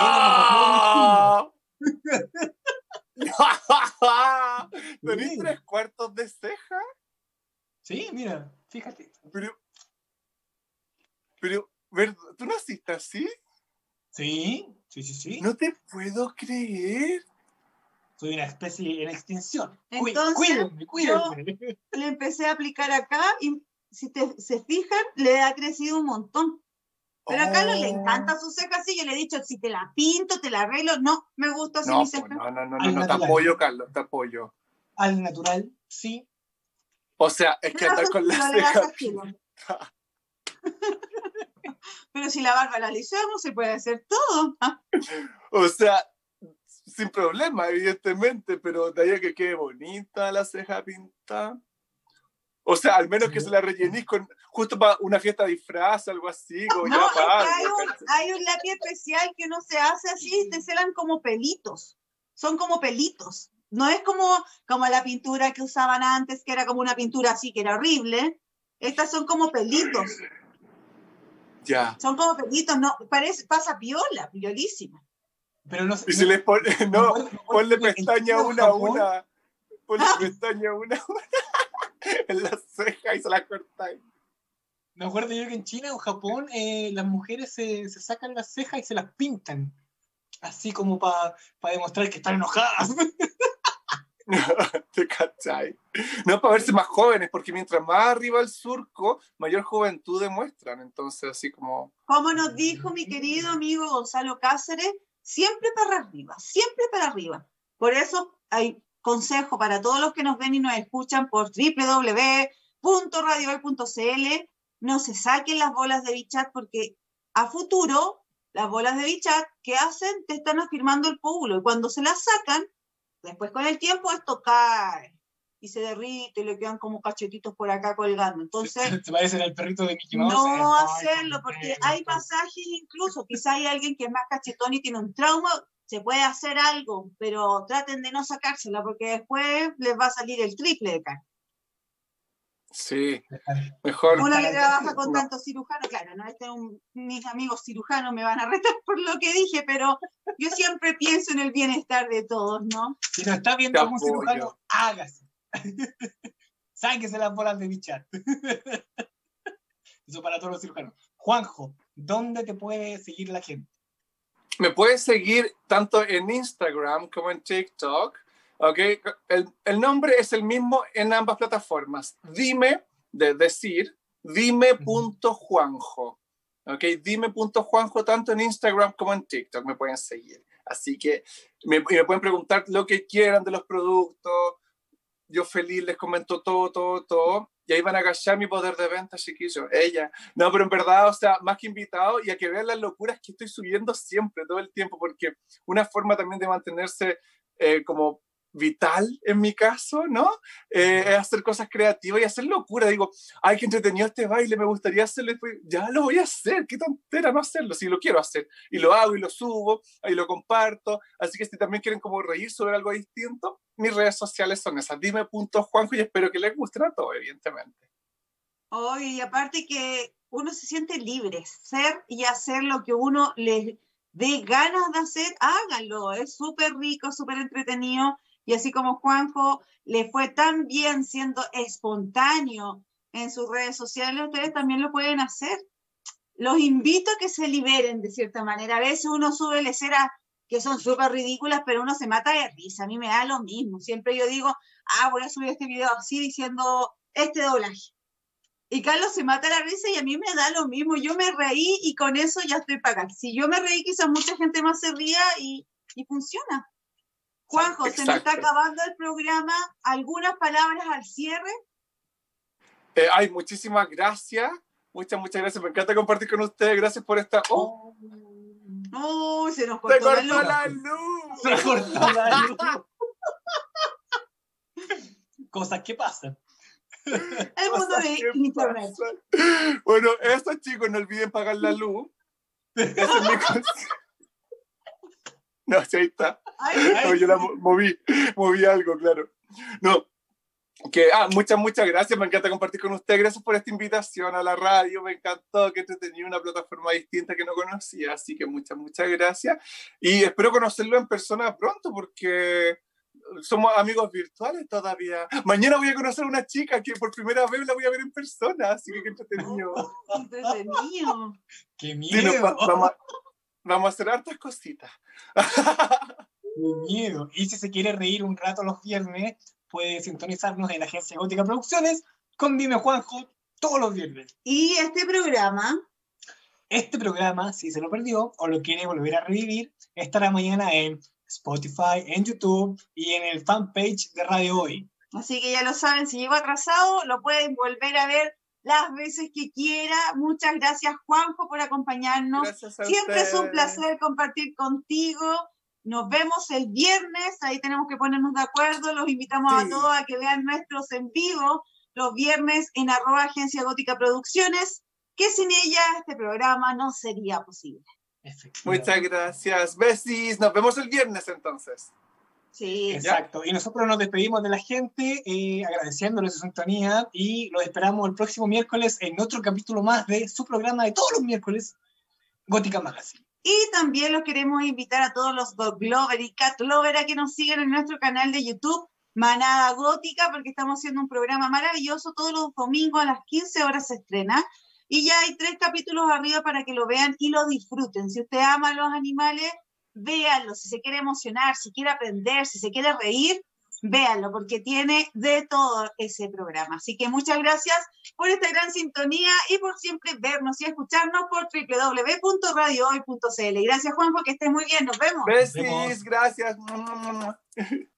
me ¡No! ¿Tenés Sí. tres cuartos de ceja? Sí, mira, fíjate. Pero, pero, ¿verdad? ¿Tú naciste así? Sí, sí, sí, sí. No te puedo creer. Soy una especie en extinción. Cuí- Entonces, cuídenme, cuídenme. Le empecé a aplicar acá y si te, se fijan, le ha crecido un montón. Pero a Carlos le Oh. encanta su ceja así. Yo le he dicho, si te la pinto, te la arreglo. No, me gusta así No, mi pues, ceja. no, no, no, no, Al no, te natural. apoyo, Carlos, te apoyo. Al natural, sí. O sea, es que Le das andar con la estilo, le das ceja estilo. pintada. Pero si la barba la alisamos, se puede hacer todo. ¿Ah? O sea, sin problema, evidentemente, pero de ahí a que quede bonita la ceja pintada. O sea, al menos que se la rellenís con justo para una fiesta de disfraz, algo así, como No, ya es que para hay algo, un, ¿cachai? hay un lápiz especial que no se hace así, te celan como pelitos. son como pelitos. No es como, como la pintura que usaban antes, que era como una pintura así, que era horrible. Estas son como pelitos. Ya. Son como pelitos, no, parece, pasa piola, piolísima. Pero no sé. Y si les pone, no, no, no, ponle no, pestaña en una a Japón, una. Ponle pestaña una a una en la ceja y se la cortáis. Me acuerdo yo que en China o Japón eh, las mujeres se, se sacan las cejas y se las pintan. Así como para pa demostrar que están enojadas. ¿Te cachai? No, para verse más jóvenes, porque mientras más arriba el surco, mayor juventud demuestran. Entonces, así como... Como nos dijo mi querido amigo Gonzalo Cáceres, siempre para arriba, siempre para arriba. Por eso hay consejo para todos los que nos ven y nos escuchan por doble u doble u doble u punto radio hoy punto c l. No se saquen las bolas de Bichat porque a futuro las bolas de Bichat, ¿qué hacen? Te están afirmando el póvulo. Y cuando se las sacan, después con el tiempo esto cae y se derrite y le quedan como cachetitos por acá colgando. Entonces, se parecen al perrito de Mickey Mouse. no Ay, hacerlo, porque hay pasajes incluso, quizá hay alguien que es más cachetón y tiene un trauma, se puede hacer algo, pero traten de no sacársela porque después les va a salir el triple de cara. Sí, mejor. Uno que trabaja con tantos cirujanos, claro, no este un, mis amigos cirujanos me van a retar por lo que dije, pero yo siempre pienso en el bienestar de todos, ¿no? Si no está viendo algún cirujano, hágase. Sáquese las bolas de Bichat. Eso para todos los cirujanos. Juanjo, ¿dónde te puede seguir la gente? Me puedes seguir tanto en Instagram como en TikTok. Okay. El, el nombre es el mismo en ambas plataformas. Dime, de decir, dime.juanjo. Okay. Dime.juanjo tanto en Instagram como en TikTok. Me pueden seguir. Así que me, me pueden preguntar lo que quieran de los productos. Yo feliz les comento todo, todo, todo. Y ahí van a cachar mi poder de venta, chiquillos. Ella. No, pero en verdad, o sea, más que invitado y a que vean las locuras que estoy subiendo siempre, todo el tiempo, porque una forma también de mantenerse eh, como vital, en mi caso, ¿no? Eh, es hacer cosas creativas y hacer locura. Digo, ay, qué entretenido este baile, me gustaría hacerlo. Ya lo voy a hacer, qué tontera no hacerlo, si lo quiero hacer. Y lo hago y lo subo, y lo comparto. Así que si también quieren como reír sobre algo distinto, mis redes sociales son esas, dime.juanjo, y espero que les guste a todos, evidentemente. Oye, y aparte que uno se siente libre, ser y hacer lo que uno les dé ganas de hacer, háganlo, es súper rico, súper entretenido. Y así como Juanjo le fue tan bien siendo espontáneo en sus redes sociales, ustedes también lo pueden hacer. Los invito a que se liberen de cierta manera. A veces uno sube leceras que son súper ridículas, pero uno se mata de risa. A mí me da lo mismo. Siempre yo digo, ah, voy a subir este video así diciendo este doblaje. Y Carlos se mata la risa y a mí me da lo mismo. Yo me reí y con eso ya estoy pagada. Si yo me reí, quizás mucha gente más se ría y, y funciona. Juanjo, exacto. Se me está acabando el programa. ¿Algunas palabras al cierre? Eh, ay, muchísimas gracias. Muchas, muchas gracias. Me encanta compartir con ustedes. Gracias por esta... ¡Oh! ¡Oh! Se nos cortó, ¡Se cortó la luz. la luz! Se cortó la luz. Cosas que pasan. El mundo de internet. Pasan. Bueno, eso, chicos, no olviden pagar la luz. Ese es mi consejo. No, sí, ahí está. Ay, no, yo la moví, moví algo, claro. No, que, ah, muchas, muchas gracias, me encanta compartir con ustedes. Gracias por esta invitación a la radio, me encantó, que tenía una plataforma distinta que no conocía, así que muchas, muchas gracias. Y espero conocerlo en persona pronto, porque somos amigos virtuales todavía. Mañana voy a conocer a una chica que por primera vez la voy a ver en persona, así que qué entretenido. Qué entretenido. ¡Qué miedo! Sí, no, vamos, a, vamos a hacer hartas cositas. ¡Qué miedo! Y si se quiere reír un rato los viernes, puede sintonizarnos en la Agencia Gótica Producciones con Dime Juanjo todos los viernes. ¿Y este programa? Este programa, si se lo perdió o lo quiere volver a revivir, estará mañana en Spotify, en YouTube y en el fanpage de Radio Hoy. Así que ya lo saben, si llegó atrasado, lo pueden volver a ver las veces que quiera. Muchas gracias, Juanjo, por acompañarnos. Siempre es un placer compartir contigo. Nos vemos el viernes, ahí tenemos que ponernos de acuerdo. Los invitamos sí. a todos a que vean nuestros en vivo los viernes en arroba Agencia Gótica Producciones, que sin ella este programa no sería posible. Muchas gracias, besis. Nos vemos el viernes entonces. Sí. Exacto. Y nosotros nos despedimos de la gente eh, agradeciéndoles su sintonía y los esperamos el próximo miércoles en otro capítulo más de su programa de todos los miércoles, Gótica Magazine. Y también los queremos invitar a todos los Dog Lover y Cat Lover a que nos sigan en nuestro canal de YouTube, Manada Gótica, porque estamos haciendo un programa maravilloso. Todos los domingos a las quince horas se estrena. Y ya hay tres capítulos arriba para que lo vean y lo disfruten. Si usted ama a los animales, véanlo. Si se quiere emocionar, si quiere aprender, si se quiere reír, véanlo, porque tiene de todo ese programa. Así que muchas gracias por esta gran sintonía y por siempre vernos y escucharnos por doble u doble u doble u punto radio hoy punto c l. Gracias, Juanjo, que estés muy bien. Nos vemos. Besis, gracias.